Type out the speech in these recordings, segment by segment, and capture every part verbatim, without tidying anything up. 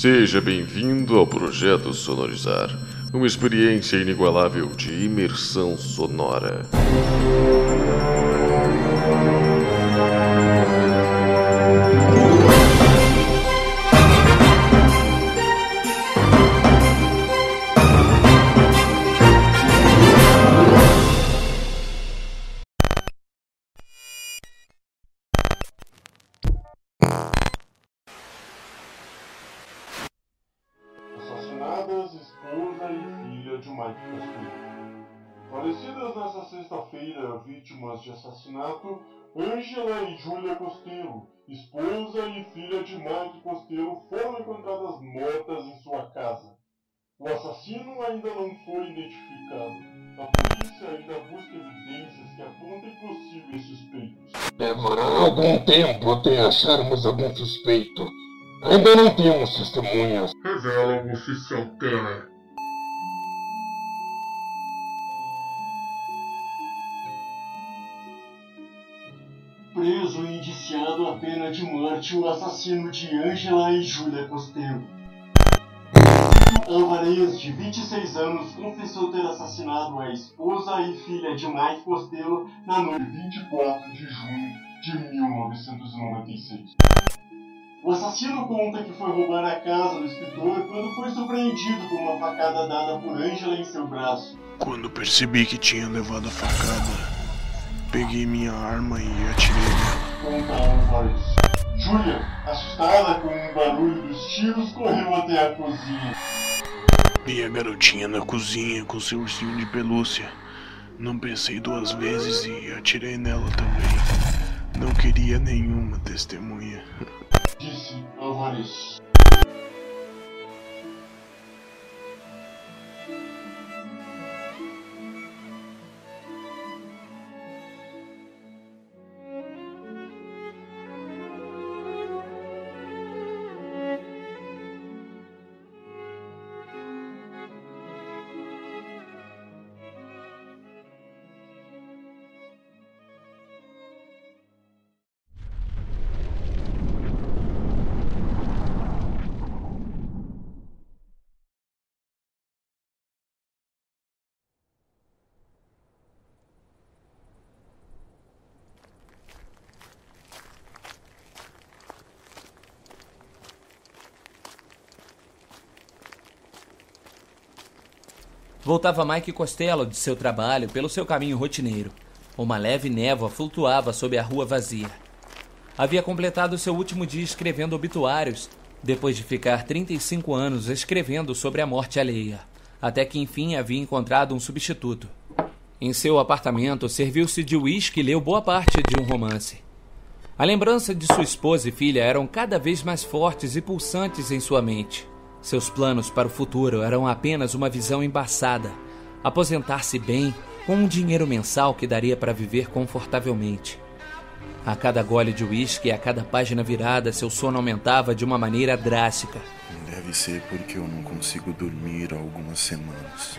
Seja bem-vindo ao Projeto Sonorizar, uma experiência inigualável de imersão sonora. Assassinadas esposa e filha de Mike Costello. Falecidas nesta sexta-feira, vítimas de assassinato, Angela e Julia Costello, esposa e filha de Mike Costello, foram encontradas mortas em sua casa. O assassino ainda não foi identificado. A polícia ainda busca evidências que apontem possíveis suspeitos. Levará algum tempo até acharmos algum suspeito. Ainda não temos testemunhas. Revela o oficial Tanner. Preso e indiciado à pena de morte o assassino de Angela e Julia Costello. Alvarez, de vinte e seis anos, confessou ter assassinado a esposa e filha de Mike Costello na noite de vinte e quatro de junho de mil novecentos e noventa e seis. O assassino conta que foi roubar a casa do escritor quando foi surpreendido com uma facada dada por Angela em seu braço. Quando percebi que tinha levado a facada, peguei minha arma e atirei. Conta Alvarez. Julia, assustada com o barulho dos tiros, correu até a cozinha. Vi a garotinha na cozinha com seu ursinho de pelúcia. Não pensei duas vezes e atirei nela também. Não queria nenhuma testemunha. Disse Alvarez. Voltava Mike Costello de seu trabalho pelo seu caminho rotineiro. Uma leve névoa flutuava sob a rua vazia. Havia completado seu último dia escrevendo obituários, depois de ficar trinta e cinco anos escrevendo sobre a morte alheia, até que enfim havia encontrado um substituto. Em seu apartamento, serviu-se de uísque e leu boa parte de um romance. A lembrança de sua esposa e filha eram cada vez mais fortes e pulsantes em sua mente. Seus planos para o futuro eram apenas uma visão embaçada. Aposentar-se bem, com um dinheiro mensal que daria para viver confortavelmente. A cada gole de uísque e a cada página virada, seu sono aumentava de uma maneira drástica. Deve ser porque eu não consigo dormir há algumas semanas.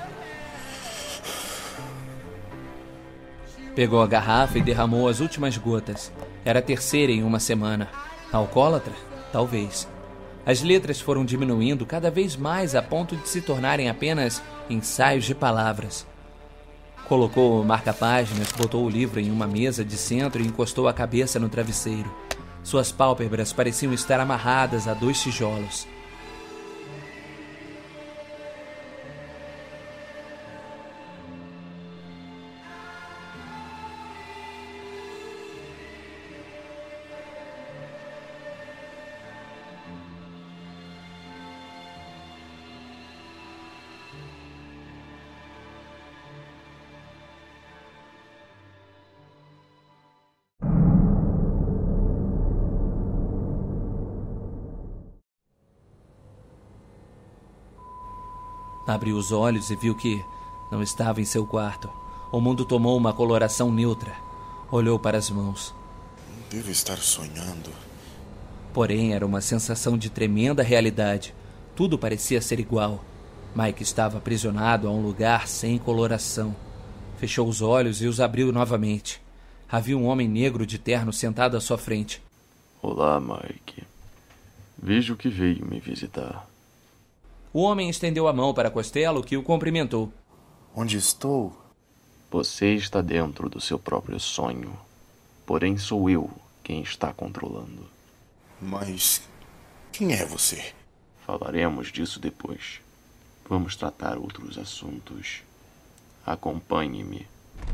Pegou a garrafa e derramou as últimas gotas. Era a terceira em uma semana. Alcoólatra? Talvez. As letras foram diminuindo cada vez mais a ponto de se tornarem apenas ensaios de palavras. Colocou o marca-páginas, botou o livro em uma mesa de centro e encostou a cabeça no travesseiro. Suas pálpebras pareciam estar amarradas a dois tijolos. Abriu os olhos e viu que não estava em seu quarto. O mundo tomou uma coloração neutra. Olhou para as mãos. Devo estar sonhando. Porém, era uma sensação de tremenda realidade. Tudo parecia ser igual. Mike estava aprisionado a um lugar sem coloração. Fechou os olhos e os abriu novamente. Havia um homem negro de terno sentado à sua frente. Olá, Mike. Vejo que veio me visitar. O homem estendeu a mão para Costello, que o cumprimentou. Onde estou? Você está dentro do seu próprio sonho. Porém, sou eu quem está controlando. Mas quem é você? Falaremos disso depois. Vamos tratar outros assuntos. Acompanhe-me.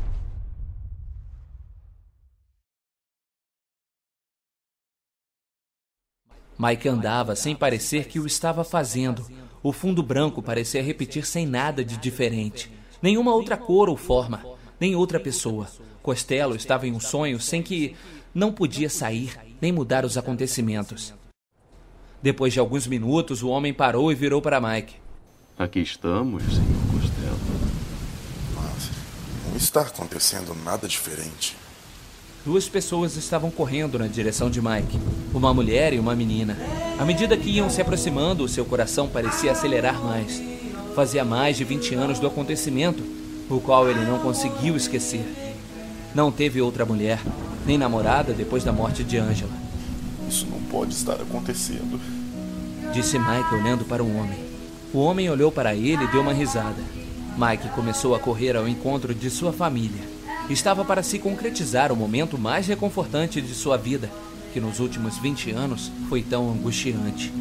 Mike andava sem parecer que o estava fazendo. O fundo branco parecia repetir sem nada de diferente. Nenhuma outra cor ou forma, nem outra pessoa. Costello estava em um sonho sem que não podia sair, nem mudar os acontecimentos. Depois de alguns minutos, o homem parou e virou para Mike. Aqui estamos, senhor Costello. Mas não está acontecendo nada diferente. Duas pessoas estavam correndo na direção de Mike, uma mulher e uma menina. À medida que iam se aproximando, seu coração parecia acelerar mais. Fazia mais de vinte anos do acontecimento, o qual ele não conseguiu esquecer. Não teve outra mulher, nem namorada depois da morte de Angela. Isso não pode estar acontecendo, disse Mike olhando para o homem. O homem olhou para ele e deu uma risada. Mike começou a correr ao encontro de sua família. Estava para se concretizar o momento mais reconfortante de sua vida, que nos últimos vinte anos foi tão angustiante.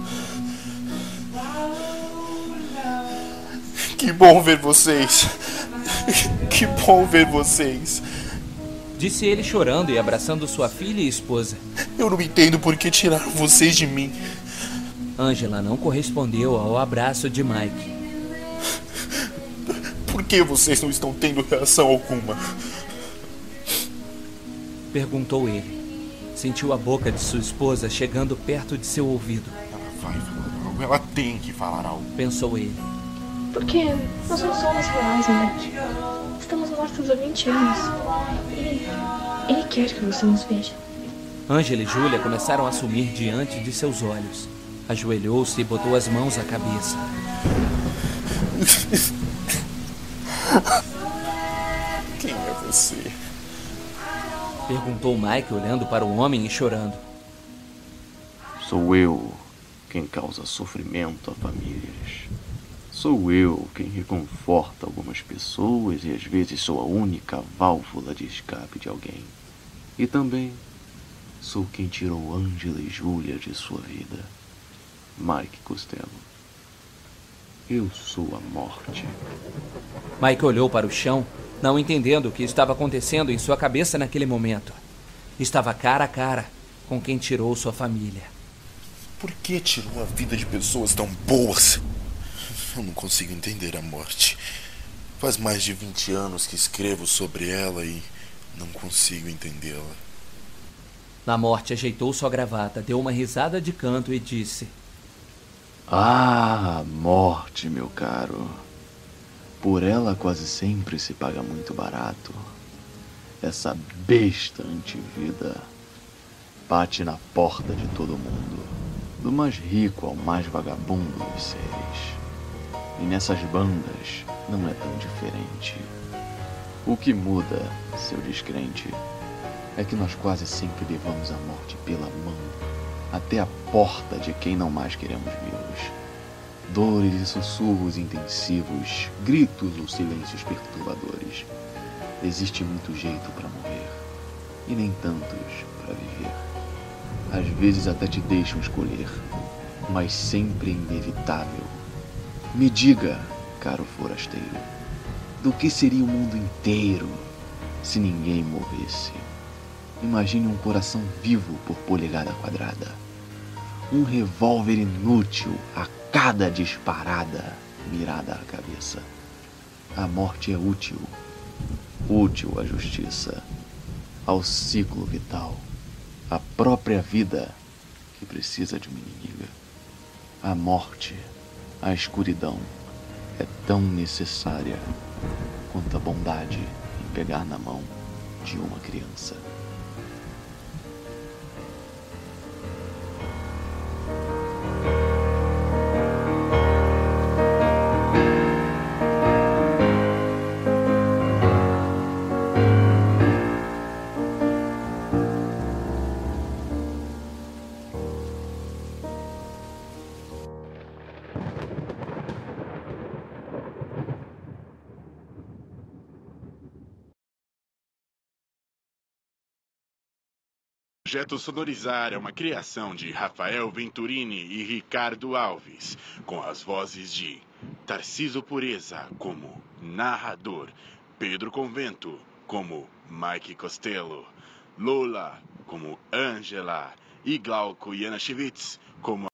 Que bom ver vocês! Que bom ver vocês! Disse ele chorando e abraçando sua filha e esposa. Eu não entendo por que tiraram vocês de mim. Angela não correspondeu ao abraço de Mike. Por que vocês não estão tendo reação alguma? Perguntou ele. Sentiu a boca de sua esposa chegando perto de seu ouvido. Ela vai falar algo, ela tem que falar algo. Pensou ele. Porque nós não somos reais, né? Estamos mortos há vinte anos. Ele, ele quer que você nos veja. Angela e Júlia começaram a sumir diante de seus olhos. Ajoelhou-se e botou as mãos à cabeça. Quem é você? Perguntou Mike olhando para o homem e chorando. Sou eu quem causa sofrimento a famílias. Sou eu quem reconforta algumas pessoas e às vezes sou a única válvula de escape de alguém. E também sou quem tirou Angela e Júlia de sua vida. Mike Costello. Eu sou a morte. Mike olhou para o chão, não entendendo o que estava acontecendo em sua cabeça naquele momento. Estava cara a cara com quem tirou sua família. Por que tirou a vida de pessoas tão boas? Eu não consigo entender a morte. Faz mais de vinte anos que escrevo sobre ela e não consigo entendê-la. Na morte ajeitou sua gravata, deu uma risada de canto e disse: Ah, morte, meu caro. Por ela quase sempre se paga muito barato. Essa besta antivida bate na porta de todo mundo, do mais rico ao mais vagabundo dos seres. E nessas bandas não é tão diferente. O que muda, seu descrente, é que nós quase sempre levamos a morte pela mão até a porta de quem não mais queremos vivos. Dores e sussurros intensivos, gritos ou silêncios perturbadores. Existe muito jeito para morrer, e nem tantos para viver. Às vezes até te deixam escolher, mas sempre é inevitável. Me diga, caro forasteiro, do que seria o mundo inteiro se ninguém morresse? Imagine um coração vivo por polegada quadrada. Um revólver inútil a cada disparada mirada à cabeça. A morte é útil. Útil à justiça, ao ciclo vital, à própria vida que precisa de uma inimiga. A morte, a escuridão, é tão necessária quanto a bondade em pegar na mão de uma criança. O projeto Sonorizar é uma criação de Rafael Venturini e Ricardo Alves, com as vozes de Tarciso Pureza como narrador, Pedro Convento como Mike Costello, Lola como Angela e Glauco Janashevitz como